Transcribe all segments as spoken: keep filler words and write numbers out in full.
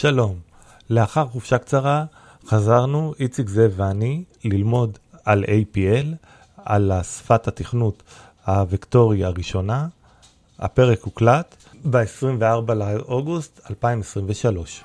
שלום, לאחר חופשה קצרה חזרנו, איציק זאב ואני, ללמוד על איי פי אל, על שפת התכנות הוקטורי הראשונה. הפרק הוקלט ב-עשרים וארבעה לאוגוסט אלפיים עשרים ושלוש.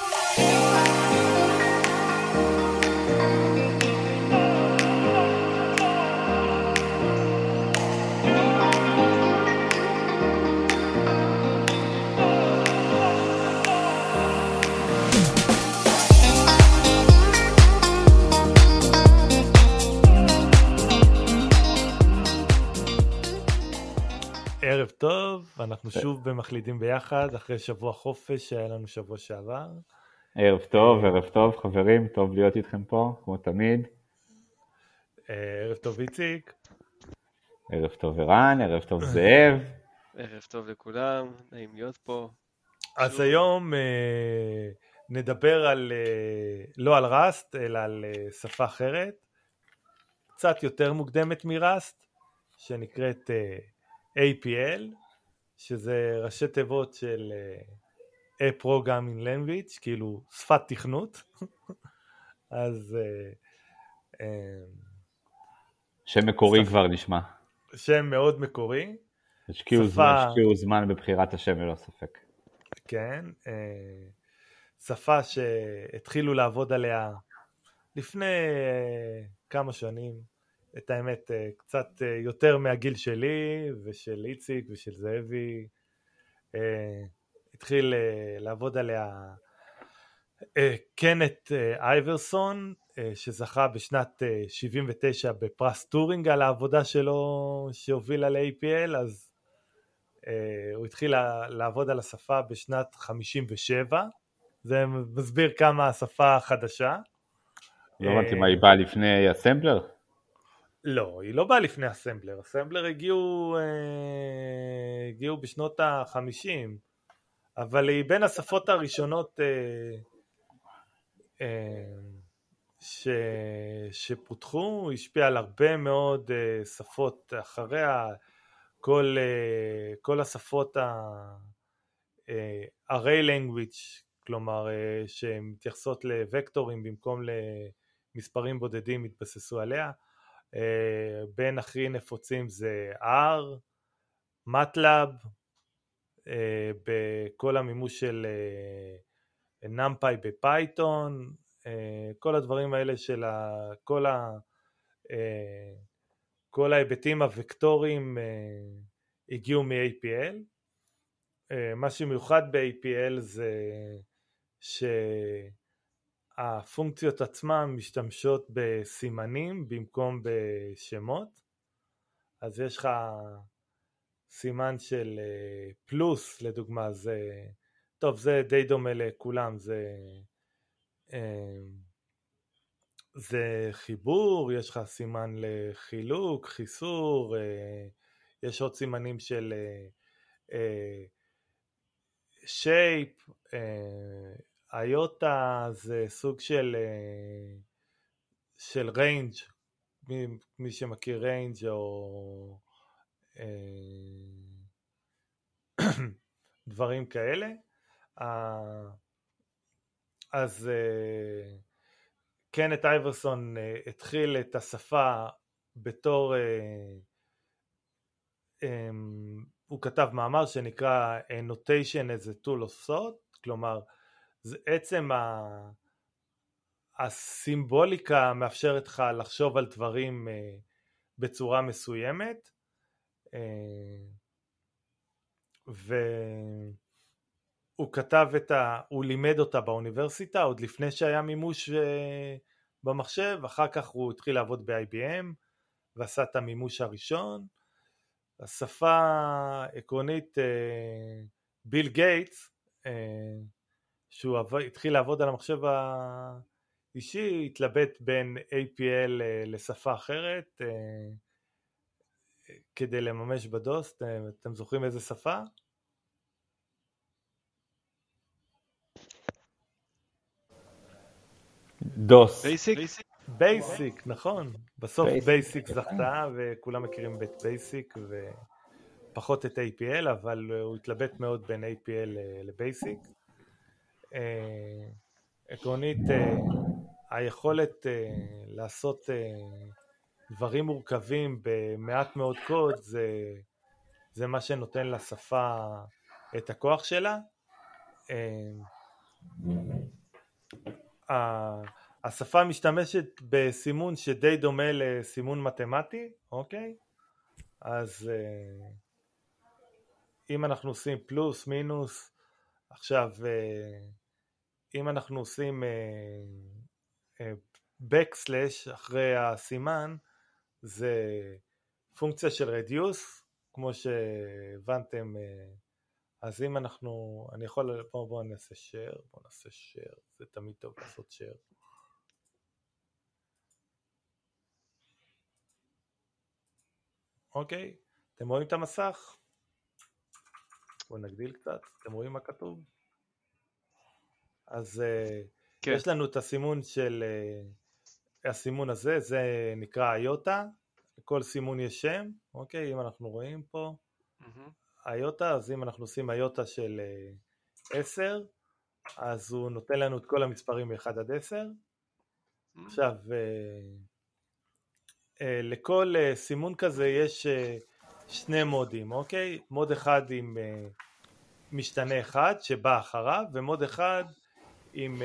ערב טוב, אנחנו שוב במחליטים ביחד, אחרי שבוע חופש שהיה לנו שבוע שעבר. ערב טוב, ערב טוב חברים, טוב להיות איתכם פה, כמו תמיד. ערב טוב איציק. ערב טוב ערן, ערב טוב זאב. ערב טוב לכולם, נעים להיות פה. אז שוב. היום אה, נדבר על, אה, לא על ראסט, אלא על אה, שפה אחרת, קצת יותר מוקדמת מראסט, שנקראת אה, איי פי אל, שזה ראשי תיבות של uh, A Programming Language, כאילו שפת תכנות. אז uh, uh, שם מקורי שפ... כבר נשמע. שם מאוד מקורי. השקיעו שפה... זמן, השקיעו זמן בבחירת השם ללא ספק. כן, uh, שפה שהתחילו לעבוד עליה לפני uh, כמה שנים, את האמת, קצת יותר מהגיל שלי ושל איציק ושל זאבי. התחיל לעבוד עליה קנט אייברסון, שזכה בשנת שבעים ותשע בפרס טורינג על העבודה שלו שהוביל על איי פי אל, אז הוא התחיל לעבוד על השפה בשנת חמישים ושבע. זה מסביר כמה השפה חדשה. לא הבנתי מה היא באה לפני אסמבלר? לא, היא לא באה לפני אסמבלר, אסמבלר הגיעו, אה, הגיעו בשנות ה-חמישים, אבל היא בין השפות הראשונות אה, אה, ש, שפותחו, השפיעה על הרבה מאוד אה, שפות אחריה, כל, אה, כל השפות ה-array language, כלומר אה, שמתייחסות לוקטורים במקום למספרים בודדים התבססו עליה, Uh, בין הכי נפוצים זה R, MATLAB, uh, בכל המימוש של uh, NumPy בפייתון, uh, כל הדברים האלה של ה, כל, ה, uh, כל ההיבטים הוקטוריים uh, הגיעו מ-איי פי אל. Uh, מה שמיוחד ב-איי פי אל זה ש... הפונקציות עצמן משתמשות בסימנים במקום בשמות, אז יש לך סימן של פלוס לדוגמה, זה טוב, זה די דומה לכולם, זה זה חיבור, יש לך סימן לחילוק, חיסור, יש עוד סימנים של שייפ, איוטה זה סוג של של ריינג', מי, מי שמכיר ריינג' או דברים כאלה. אז קנט אייברסון התחיל את השפה בתור, הוא כתב מאמר שנקרא Notation as a Tool of Thought, כלומר זה עצם הסימבוליקה מאפשרת לך לחשוב על דברים בצורה מסוימת, והוא כתב את ה... הוא לימד אותה באוניברסיטה עוד לפני שהיה מימוש במחשב, אחר כך הוא התחיל לעבוד ב-איי בי אם ועשה את המימוש הראשון. השפה עקרונית, ביל גייטס, שהוא התחיל לעבוד על המחשב האישי, התלבט בין איי פי אל לשפה אחרת כדי לממש בדוס. אתם זוכרים איזה שפה? דוס. בייסיק? בייסיק, נכון. בסוף בייסיק זכתה וכולם מכירים את בייסיק ופחות את איי פי אל, אבל הוא התלבט מאוד בין איי פי אל לבייסיק. אה, עקרונית אה, היכולת אה, לעשות אה, דברים מורכבים במעט מאוד קוד זה, זה מה שנותן לשפה את הכוח שלה. אה, השפה משתמשת בסימון שדי דומה לסימון מתמטי, אוקיי? אז אה, אם אנחנו עושים פלוס, מינוס, עכשיו אה, אם אנחנו עושים backslash אחרי הסימן, זה פונקציה של רדיוס, כמו שהבנתם. אז אם אנחנו, אני יכול, בואו בוא נעשה share, בואו נעשה share, זה תמיד טוב לעשות share. אוקיי, אתם רואים את המסך? בואו נגדיל קצת, אתם רואים מה כתוב? אז כן. יש לנו את הסימון של, הסימון הזה, זה נקרא איוטה, לכל סימון יש שם, אוקיי, אם אנחנו רואים פה, איוטה, אז אם אנחנו עושים איוטה של עשר, אז הוא נותן לנו את כל המספרים מ-אחד עד עשר. עכשיו, לכל סימון כזה יש שני מודים, אוקיי? מוד אחד עם משתנה אחד שבא אחריו, ומוד אחד עם,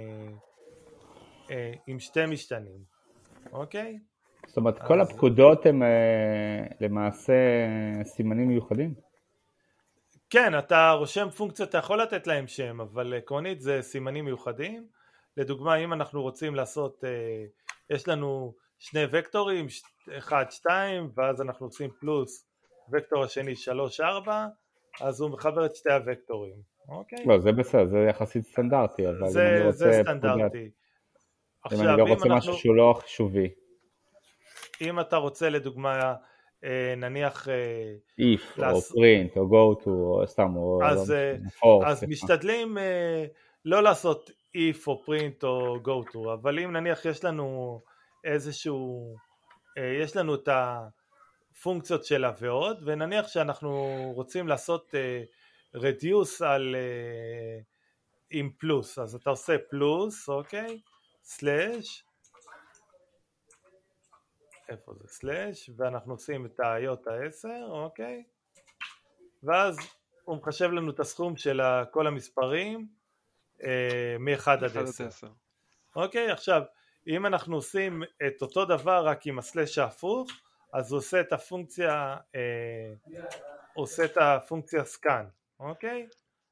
עם שתי משתנים, אוקיי? זאת אומרת, כל הפקודות הם למעשה סימנים מיוחדים? כן, אתה רושם פונקציות, אתה יכול לתת להם שם, אבל עקרונית זה סימנים מיוחדים. לדוגמה, אם אנחנו רוצים לעשות, יש לנו שני וקטורים, אחד, שתיים, ואז אנחנו עושים פלוס וקטור השני שלוש, ארבע, אז הוא מחבר את שתי הוקטורים, אוקיי? לא, זה בסדר, זה יחסית סטנדרטי, אבל זה, אם אני רוצה זה סטנדרטי. אם אני לא רוצה משהו שהוא לא חישובי. אם אתה רוצה לדוגמה, נניח if או print או go to או סתם או אז, אז משתדלים לא לעשות if או print או go to, אבל אם נניח יש לנו איזשהו, יש לנו את הפונקציות שלה ועוד, ונניח שאנחנו רוצים לעשות reduce על עם פלוס, אז אתה עושה פלוס, אוקיי, סלש, איפה זה סלש, ואנחנו עושים את האיוטה עשר, אוקיי, ואז הוא מחשב לנו את הסכום של כל המספרים אה, מ-אחד עד עשר. אוקיי, עכשיו אם אנחנו עושים את אותו דבר רק עם הסלש ההפוך, אז הוא עושה את הפונקציה אה, עושה את הפונקציה סקן, אוקיי,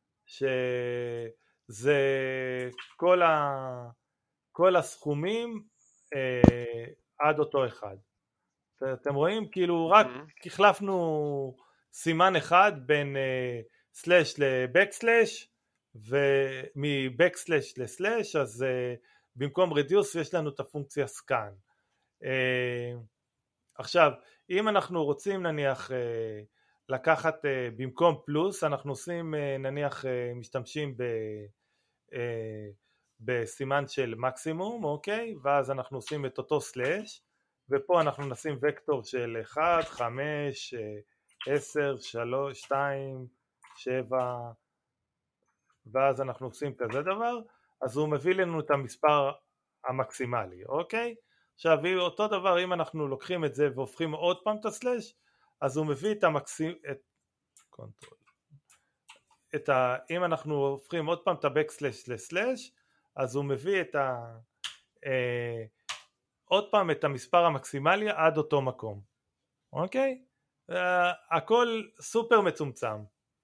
שזה כל, ה, כל הסכומים אה, עד אותו אחד. אתם רואים? כאילו רק mm-hmm. החלפנו סימן אחד בין uh, סלש לבקסלש, ומבקסלש לסלש, אז uh, במקום רדיוס יש לנו את הפונקציה סקן. Uh, עכשיו, אם אנחנו רוצים נניח uh, לקחת uh, במקום פלוס, אנחנו עושים uh, נניח uh, משתמשים ב... Uh, בסימן של מקסימום, אוקיי? ואז אנחנו עושים את אותו סלש, ופה אנחנו נשים וקטור של אחד, חמש, עשר, שלוש, שתיים, שבע, ואז אנחנו עושים כזה דבר, אז הוא מביא לנו את המספר המקסימלי, אוקיי? עכשיו, אותו דבר, אם אנחנו לוקחים את זה והופכים עוד פעם את הסלש, אז הוא מביא את המקסימ... את... קונטרול. את ה... אם אנחנו הופכים עוד פעם את הבקסלש לסלש, אז הוא מביא את ה... אה... עוד פעם את המספר המקסימלי עד אותו מקום, אוקיי? Uh, הכל סופר מצומצם.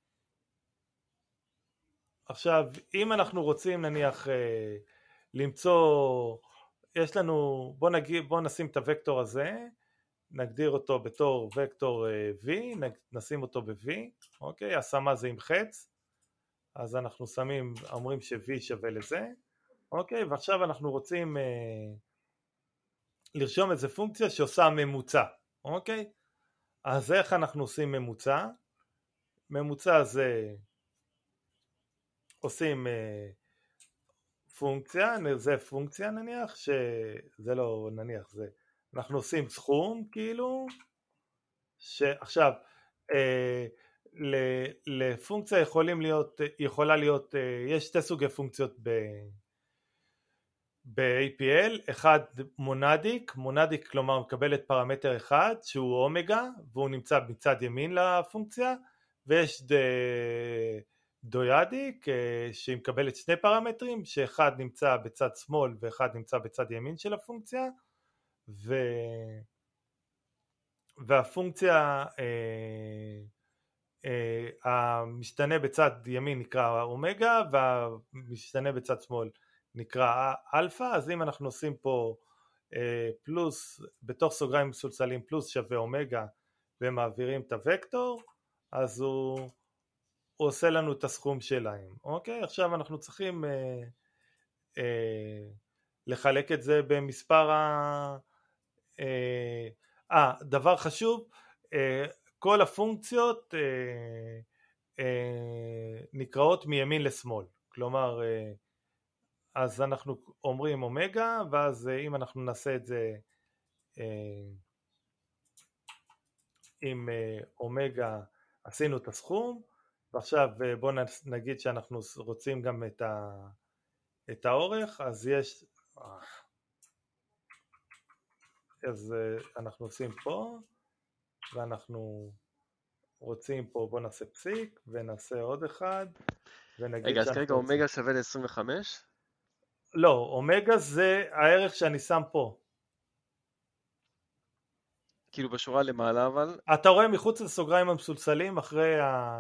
עכשיו, אם אנחנו רוצים נניח uh, למצוא, יש לנו, בוא נגיד, בוא נשים את הוקטור הזה, נגדיר אותו בתור וקטור uh, v, נשים אותו ב-v, אוקיי? השמה זה עם חץ, אז אנחנו שמים, אומרים ש-v שווה לזה, אוקיי? ועכשיו אנחנו רוצים... Uh, לרשום איזה פונקציה שעושה ממוצע, אוקיי? אז איך אנחנו עושים ממוצע? ממוצע זה עושים אה, פונקציה, זה פונקציה נניח, שזה לא נניח זה, אנחנו עושים סכום כאילו, שעכשיו אה, לפונקציה יכולים להיות, יכולה להיות, יש שתי סוגי פונקציות ב-איי פי אל, אחד מונדיק, מונדיק כלומר מקבלת פרמטר אחד שהוא אומגה והוא נמצא מצד ימין לפונקציה, ויש דויאדיק שהיא מקבלת שני פרמטרים, שאחד נמצא בצד שמאל ואחד נמצא בצד ימין של הפונקציה, ו... והפונקציה אה, אה, המשתנה בצד ימין נקרא אומגה והמשתנה בצד שמאל נקרא אלפא. אז אם אנחנו עושים פה אה, פלוס בתוך סוגריים מסולסלים פלוס שווה אומגה ומעבירים את הוקטור, אז הוא, הוא עושה לנו את הסכום שלהם. אוקיי, עכשיו אנחנו צריכים אה, אה, לחלק את זה במספר ה... אה, אה, דבר חשוב, אה, כל הפונקציות אה, אה, נקראות מימין לשמאל, כלומר אה, אז אנחנו אומרים אומגה, ואז אה, אם אנחנו נעשה את זה אה, עם אה, אומגה עשינו את הסכום, ועכשיו אה, בואו נגיד שאנחנו רוצים גם את, ה, את האורך, אז יש אה, אז אנחנו עושים פה ואנחנו רוצים פה, בוא נעשה פסיק ונעשה עוד אחד ונגיד רגע, אז כרגע אומגה שווה ל-עשרים וחמש? לא, אומגה זה הערך שאני שם פה. כאילו בשורה למעלה אבל? אתה רואה מחוץ לסוגריים המסולסלים אחרי ה...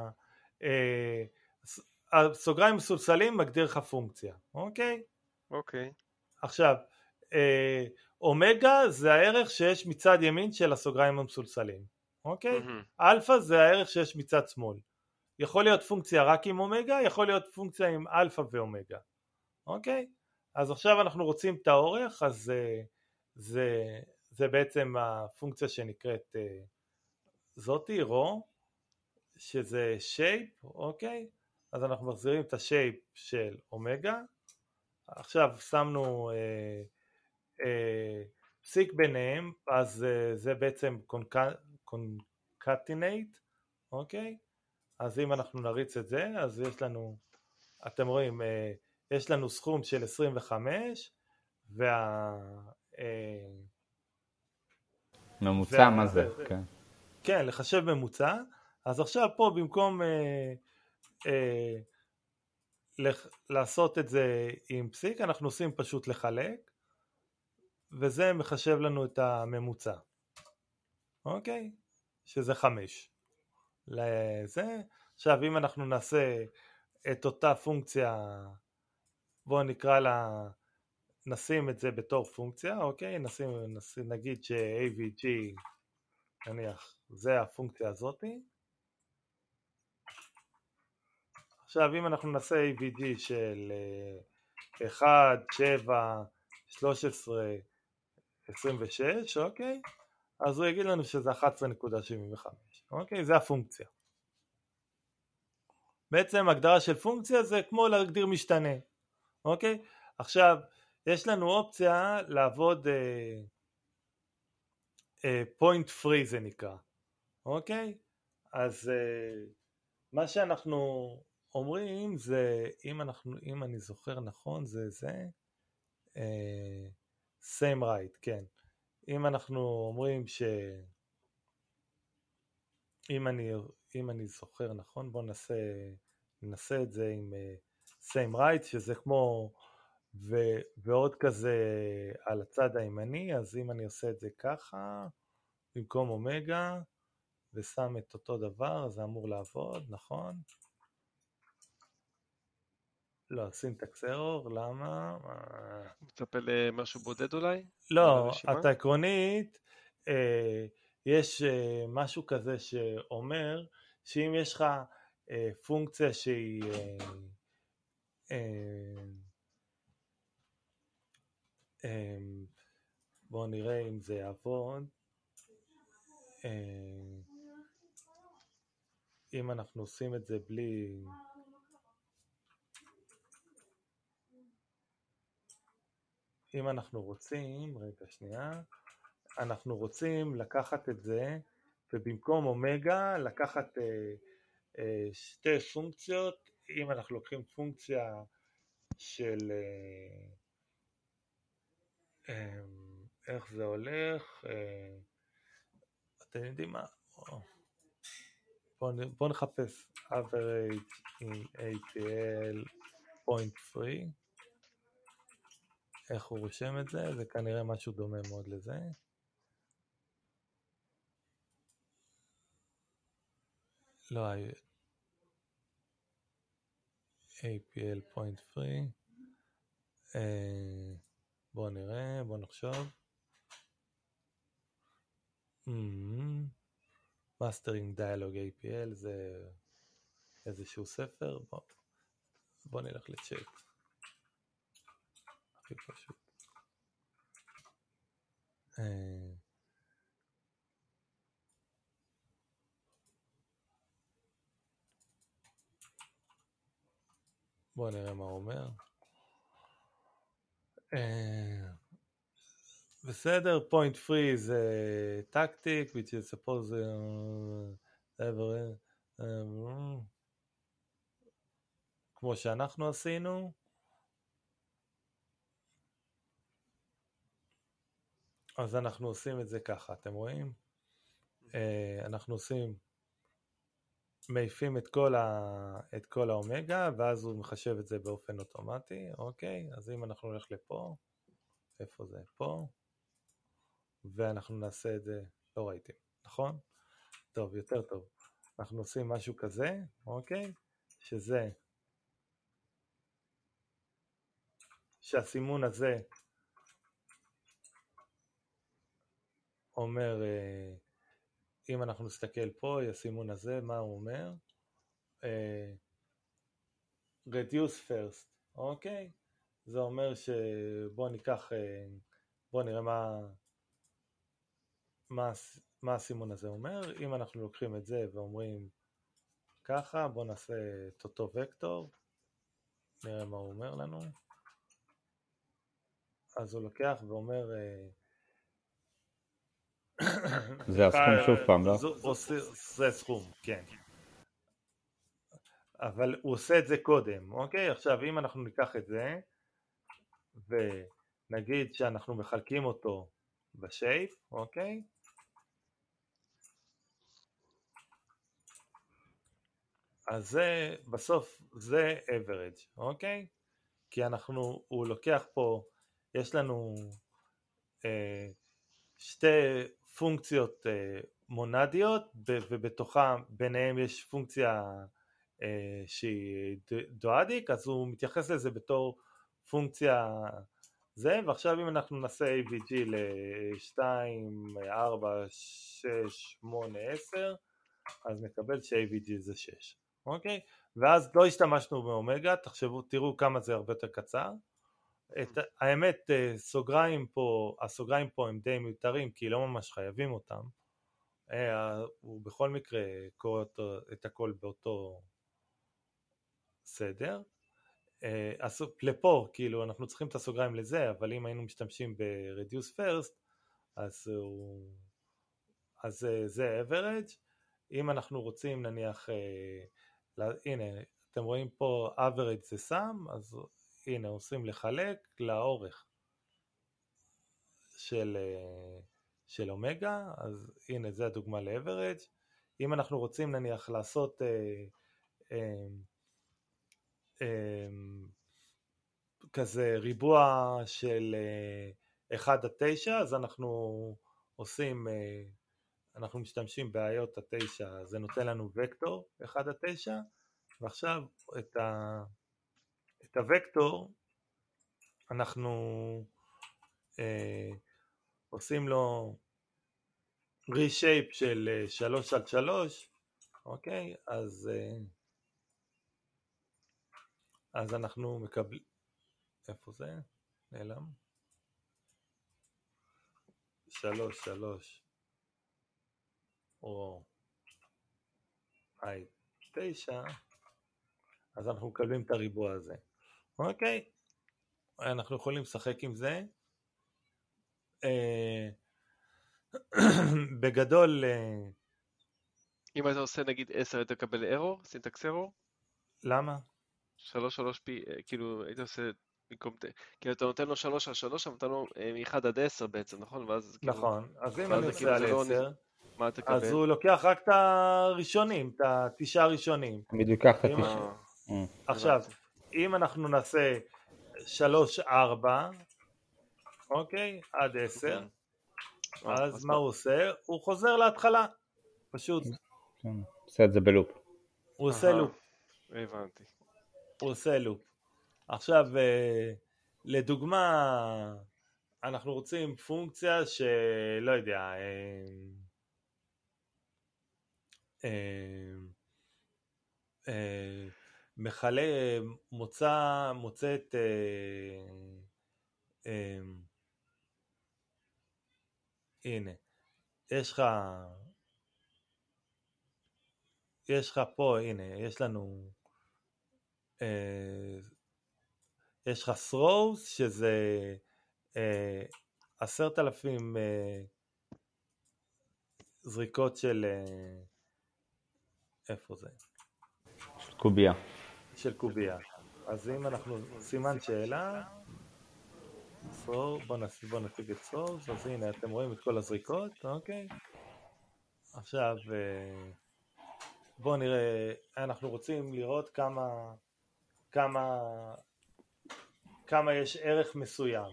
הסוגריים המסולסלים מגדיר לך פונקציה, אוקיי? אוקיי. עכשיו, אומגה זה הערך שיש מצד ימין של הסוגריים המסולסלים, אוקיי? Mm-hmm. אלפא זה הערך שיש מצד שמאל. יכול להיות פונקציה רק עם אומגה, יכול להיות פונקציה עם אלפא ואומגה, אוקיי? אז עכשיו אנחנו רוצים את האורך, אז זה, זה, זה בעצם הפונקציה שנקראת זאתי, רו, שזה shape, אוקיי? אז אנחנו מחזירים את השייפ של אומגה, עכשיו שמנו אה, אה, פסיק ביניהם, אז אה, זה בעצם concatenate, אוקיי? אז אם אנחנו נריץ את זה, אז יש לנו, אתם רואים, אה, יש לנו סכום של עשרים וחמש, וה... אה, ממוצע וה... מה זה? וה... כן. כן, לחשב ממוצע. אז עכשיו פה במקום אה, אה, לח... לעשות את זה עם פסיק, אנחנו עושים פשוט לחלק, וזה מחשב לנו את הממוצע, אוקיי? שזה חמש. לזה. עכשיו אם אנחנו נעשה את אותה פונקציה, בואו נקרא לה, נשים את זה בתור פונקציה, אוקיי? נשים, נשים נגיד ש-איי וי ג'י, נניח, זה הפונקציה הזאתי. עכשיו אם אנחנו נעשה איי וי ג'י של אחת, שבע, שלוש עשרה, עשרים ושש, אוקיי? אז הוא יגיד לנו שזה אחת עשרה נקודה שבעים וחמש, אוקיי? זה הפונקציה. בעצם הגדרה של פונקציה זה כמו להגדיר משתנה, אוקיי? עכשיו יש לנו אופציה לעבוד אה, אה, point free זה נקרא, אוקיי? אז אה, מה שאנחנו אומרים זה, אם אנחנו, אם אני זוכר נכון, זה זה אה, same right, כן. אם אנחנו אומרים ש... אם אני, אם אני זוכר נכון, בואו ננסה, ננסה את זה עם uh, same right, שזה כמו ו, ועוד כזה על הצד הימני. אז אם אני עושה את זה ככה, במקום אומגה, ושם את אותו דבר, זה אמור לעבוד, נכון? לא, סינטקס ארור, למה? מצפה למשהו בודד אולי? לא, אתה עקרונית, אה, יש אה, משהו כזה שאומר שאם יש לך אה, פונקציה שהיא אה, אה, אה, בואו נראה אם זה יעבוד, אה, אם אנחנו עושים את זה בלי... אם אנחנו רוצים, רגע שנייה, אנחנו רוצים לקחת את זה ובמקום אומגה לקחת אה, אה, שתי פונקציות. אם אנחנו לוקחים פונקציה של אה, אה, איך זה הולך, אה, אתם יודעים מה, בואו בוא נחפש average in איי פי אל point free, איך הוא רושם את זה, זה כנראה משהו דומה מאוד לזה. לא, איי פי אל point free, אה, בואו נראה, בואו נחשוב. Mm-hmm. Mastering Dialogue איי פי אל זה איזשהו ספר. בוא, בוא נלך לצ'אט, הכי פשוט. אה, בוא נראה מה הוא אומר. אה, בסדר, point free זה tactic which is supposed uh, ever, uh, כמו שאנחנו עשינו. אז אנחנו עושים את זה ככה, אתם רואים? Uh, אנחנו עושים, מעיפים את כל, ה, את כל האומגה, ואז הוא מחשב את זה באופן אוטומטי, אוקיי? אז אם אנחנו נלך לפה, איפה זה? פה, ואנחנו נעשה את זה, לא ראיתם, נכון? טוב, יותר טוב. אנחנו עושים משהו כזה, אוקיי? שזה, שהסימון הזה אומר, אם אנחנו נסתכל פה, הסימון הזה, מה הוא אומר? reduce first, אוקיי? זה אומר שבוא ניקח, בוא נראה מה, מה, מה הסימון הזה אומר. אם אנחנו לוקחים את זה ואומרים ככה, בוא נעשה את אותו וקטור, נראה מה הוא אומר לנו. אז הוא לוקח ואומר, זה הסכום שוב פעם, לא? זה סכום, כן. אבל הוא עושה את זה קודם, אוקיי? עכשיו אם אנחנו ניקח את זה ונגיד שאנחנו מחלקים אותו בשייפ, אוקיי? אז זה בסוף זה average, אוקיי? כי אנחנו, הוא לוקח פה, יש לנו אה, שתי פונקציות אה, מונדיות, ובתוכה ביניהם יש פונקציה אה, שהיא דואדיק, אז הוא מתייחס לזה בתור פונקציה זה. ועכשיו אם אנחנו נעשה איי וי ג'י ל-שתיים, ארבע, שש, שמונה, עשר, אז נקבל ש-איי וי ג'י זה שש, אוקיי? ואז לא השתמשנו באומגה, תחשבו, תראו כמה זה הרבה יותר קצר. את, האמת, סוגריים פה, הסוגריים פה הם די מיותרים, כי לא ממש חייבים אותם. הוא בכל מקרה קורא את הכל באותו סדר. אז לפה, כאילו, אנחנו צריכים את הסוגריים לזה, אבל אם היינו משתמשים ב-reduce first, אז, הוא, אז זה average. אם אנחנו רוצים, נניח, לה, הנה, אתם רואים פה average זה sum, אז הנה, עושים לחלק לאורך של, של אומגה, אז הנה, זה הדוגמה ל-average. אם אנחנו רוצים, נניח, לעשות אה, אה, אה, כזה ריבוע של אחד עד תשע, אז אנחנו עושים, אנחנו משתמשים בעיות התשע, זה נותן לנו וקטור אחד עד תשע, ועכשיו את, ה, את הוקטור אנחנו אה, עושים לו reshape של שלוש על שלוש, אוקיי? אז, אה, אז אנחנו מקבלים, איפה זה? נעלם? שלוש, שלוש, או איי, תשע, אז אנחנו מקבלים את הריבוע הזה. אוקיי? אנחנו יכולים לשחק עם זה. בגדול, אם אתה עושה נגיד עשר, אתה תקבל error, סינטקס error, למה? שלוש שלוש פי, אה, כאילו היית עושה במקום, ת- כאילו אתה נותן לו שלוש על שלוש, אבל נותן לו אה, מ-אחד עד עשר בעצם, נכון? ואז כאילו, נכון, אז אם ואז אני זה כאילו עושה זה על לא, נכ- עשר, מה אז תקבל? הוא לוקח רק את הראשונים, את התשעה הראשונים. בדיוק ככה אם- תשע. אה, אה. עכשיו, הבנתי. אם אנחנו נעשה שלוש ארבע, אוקיי, עד עשר, מהמם. אה, אז אז מה מה? הוא עושה? הוא חוזר להתחלה, פשוט, כן, עושה את זה בלופ. הוא עושה אהה, לופ, הבנתי. הוא עושה לופ. עכשיו, אה, לדוגמה, אנחנו רוצים פונקציה שלא יודע, אה, אה, אה, מכלה, מוצא, מוצאת, אה, אה, הנה, יש לך, יש לך פה, הנה, יש לנו, אה, יש לך throws, שזה אה, עשרת אלפים אה, זריקות של, אה, איפה זה? קובייה. של קובייה. אז אם אנחנו סימן שאלה, throw, בוא נציג, בוא נציג את throws, אז הנה אתם רואים את כל הזריקות, אוקיי? עכשיו אה, בואו נראה, אנחנו רוצים לראות כמה, כמה, כמה יש ערך מסוים.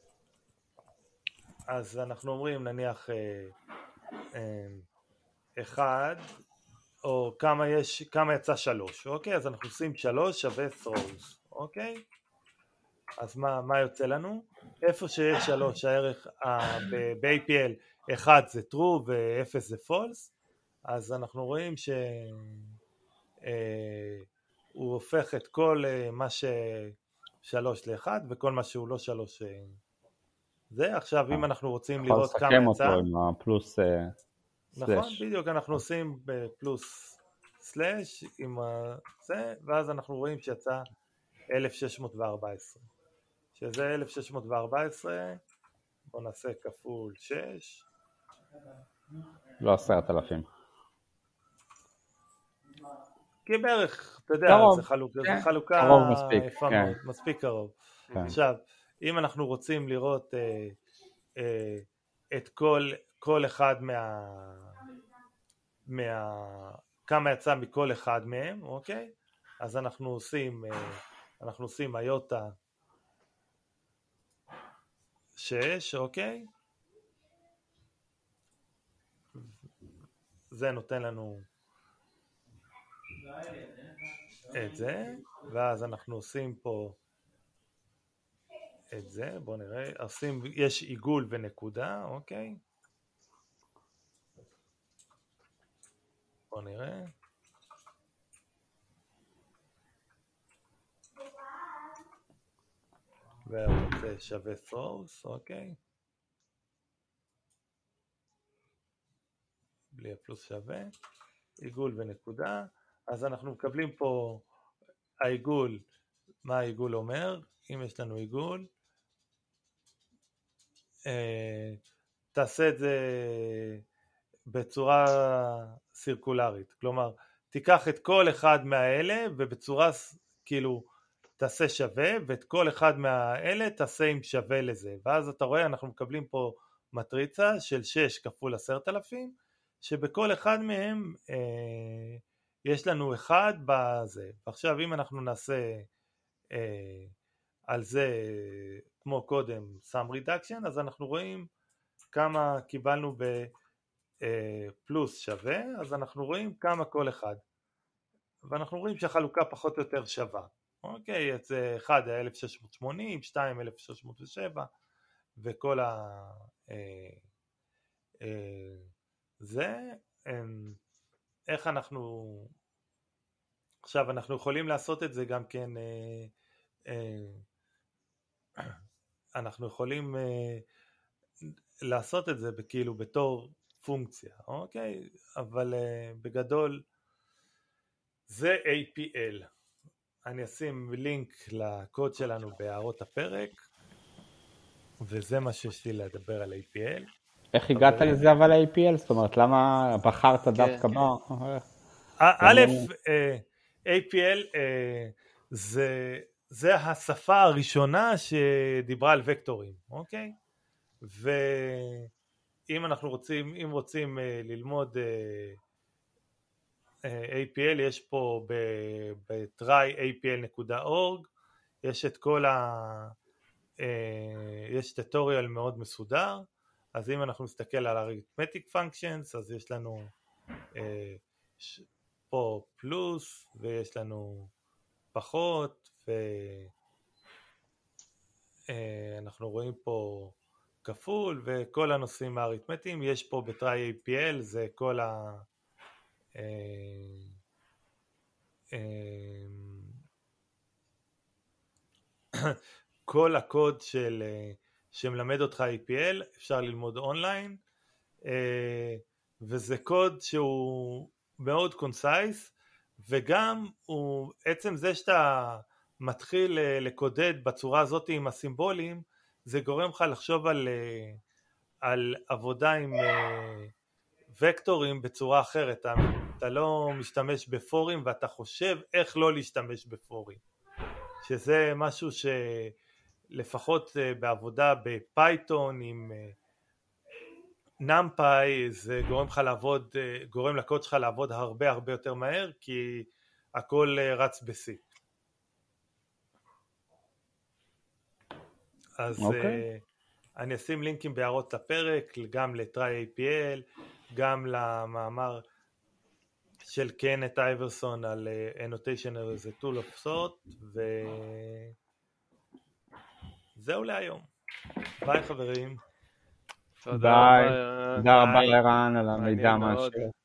אז אנחנו אומרים נניח אה, אה, אחד, או כמה יש, כמה יצא שלוש, אוקיי? אז אנחנו עושים שלוש שווה throws, אוקיי? אז מה, מה יוצא לנו? איפה שיש שלוש, הערך ב-איי פי אל אחד זה true ו-אפס זה false, אז אנחנו רואים שהוא הופך את כל מה ששלוש לאחד וכל מה שהוא לא שלוש זה. עכשיו אם אנחנו רוצים יכול לראות כמה לסכם יצא, אותו עם הפלוס נכון, סלאש. בדיוק אנחנו עושים בפלוס סלאש עם זה, ואז אנחנו רואים שיצא אלף שש מאות וארבע עשרה, שזה אלף שש מאות וארבע עשרה, בוא נעשה כפול שש, לא עשרת אלפים. כי בערך, אתה יודע, קרוב, זה חלוקה, כן. זה חלוקה קרוב מספיק, יפה כן. מאוד, מספיק קרוב. כן. עכשיו, אם אנחנו רוצים לראות אה, אה, את כל, כל אחד מה, מה, כמה יצא מכל אחד מהם, אוקיי? אז אנחנו עושים, אה, אנחנו עושים איוטה שש, אוקיי? זה נותן לנו את זה, ואז אנחנו עושים פה את זה, בואו נראה, עושים, יש עיגול ונקודה, אוקיי? בואו נראה. והוא שווה throws, אוקיי? בלי הפלוס שווה, עיגול ונקודה, אז אנחנו מקבלים פה העיגול, מה העיגול אומר? אם יש לנו עיגול, אה, תעשה את זה בצורה סירקולרית, כלומר תיקח את כל אחד מהאלה ובצורה כאילו תעשה שווה, ואת כל אחד מהאלה תעשה עם שווה לזה, ואז אתה רואה אנחנו מקבלים פה מטריצה של שש כפול עשרת אלפים, שבכל אחד מהם אה, יש לנו אחד בזה. עכשיו אם אנחנו נעשה אה, על זה כמו קודם sum reduction, אז אנחנו רואים כמה קיבלנו בפלוס שווה, אז אנחנו רואים כמה כל אחד, ואנחנו רואים שהחלוקה פחות או יותר שווה. אוקיי, אז אחד היה אלף שש מאות שמונים, שתיים אלף שש מאות ושבע, וכל ה... אה, אה, זה, אה, איך אנחנו... עכשיו אנחנו יכולים לעשות את זה גם כן, אה, אה, אנחנו יכולים אה, לעשות את זה כאילו בתור פונקציה, אוקיי? אבל אה, בגדול זה איי פי אל. אני אשים לינק לקוד שלנו בהערות הפרק, וזה מה שיש לי לדבר על איי פי אל. איך הגעת חברים. לזה אבל ה-איי פי אל? זאת אומרת, למה בחרת דווקא בה? א', אה, איי פי אל אה, זה, זה השפה הראשונה שדיברה על וקטורים, אוקיי? ואם אנחנו רוצים, אם רוצים אה, ללמוד אה, אה, איי פי אל, יש פה ב-try איי פי אל דוט אורג, יש את כל ה... אה, יש טוטוריאל מאוד מסודר. אז אם אנחנו נסתכל על arithmetic functions, אז יש לנו אה, ש... פה פלוס, ויש לנו פחות, ואנחנו רואים פה כפול, וכל הנושאים האריתמטיים. יש פה ב-try איי פי אל, זה כל ה... כל הקוד של, שמלמד אותך איי פי אל, אפשר ללמוד אונליין, וזה קוד שהוא מאוד קונסייס, וגם הוא, עצם זה שאתה מתחיל לקודד בצורה הזאת עם הסימבולים, זה גורם לך לחשוב על, על עבודה עם וקטורים בצורה אחרת. אתה, אתה לא משתמש בפורים ואתה חושב איך לא להשתמש בפורים, שזה משהו שלפחות בעבודה בפייתון עם נמפאי, זה גורם לך לעבוד, גורם לקוד שלך לעבוד הרבה הרבה יותר מהר, כי הכל רץ ב-C. אז okay. אני אשים לינקים בהערות לפרק, גם ל-try איי פי אל, גם למאמר של קנט אייברסון על annotation as a tool of thought, וזהו להיום. ביי חברים. ביי. תודה רבה ערן על המידע משהו.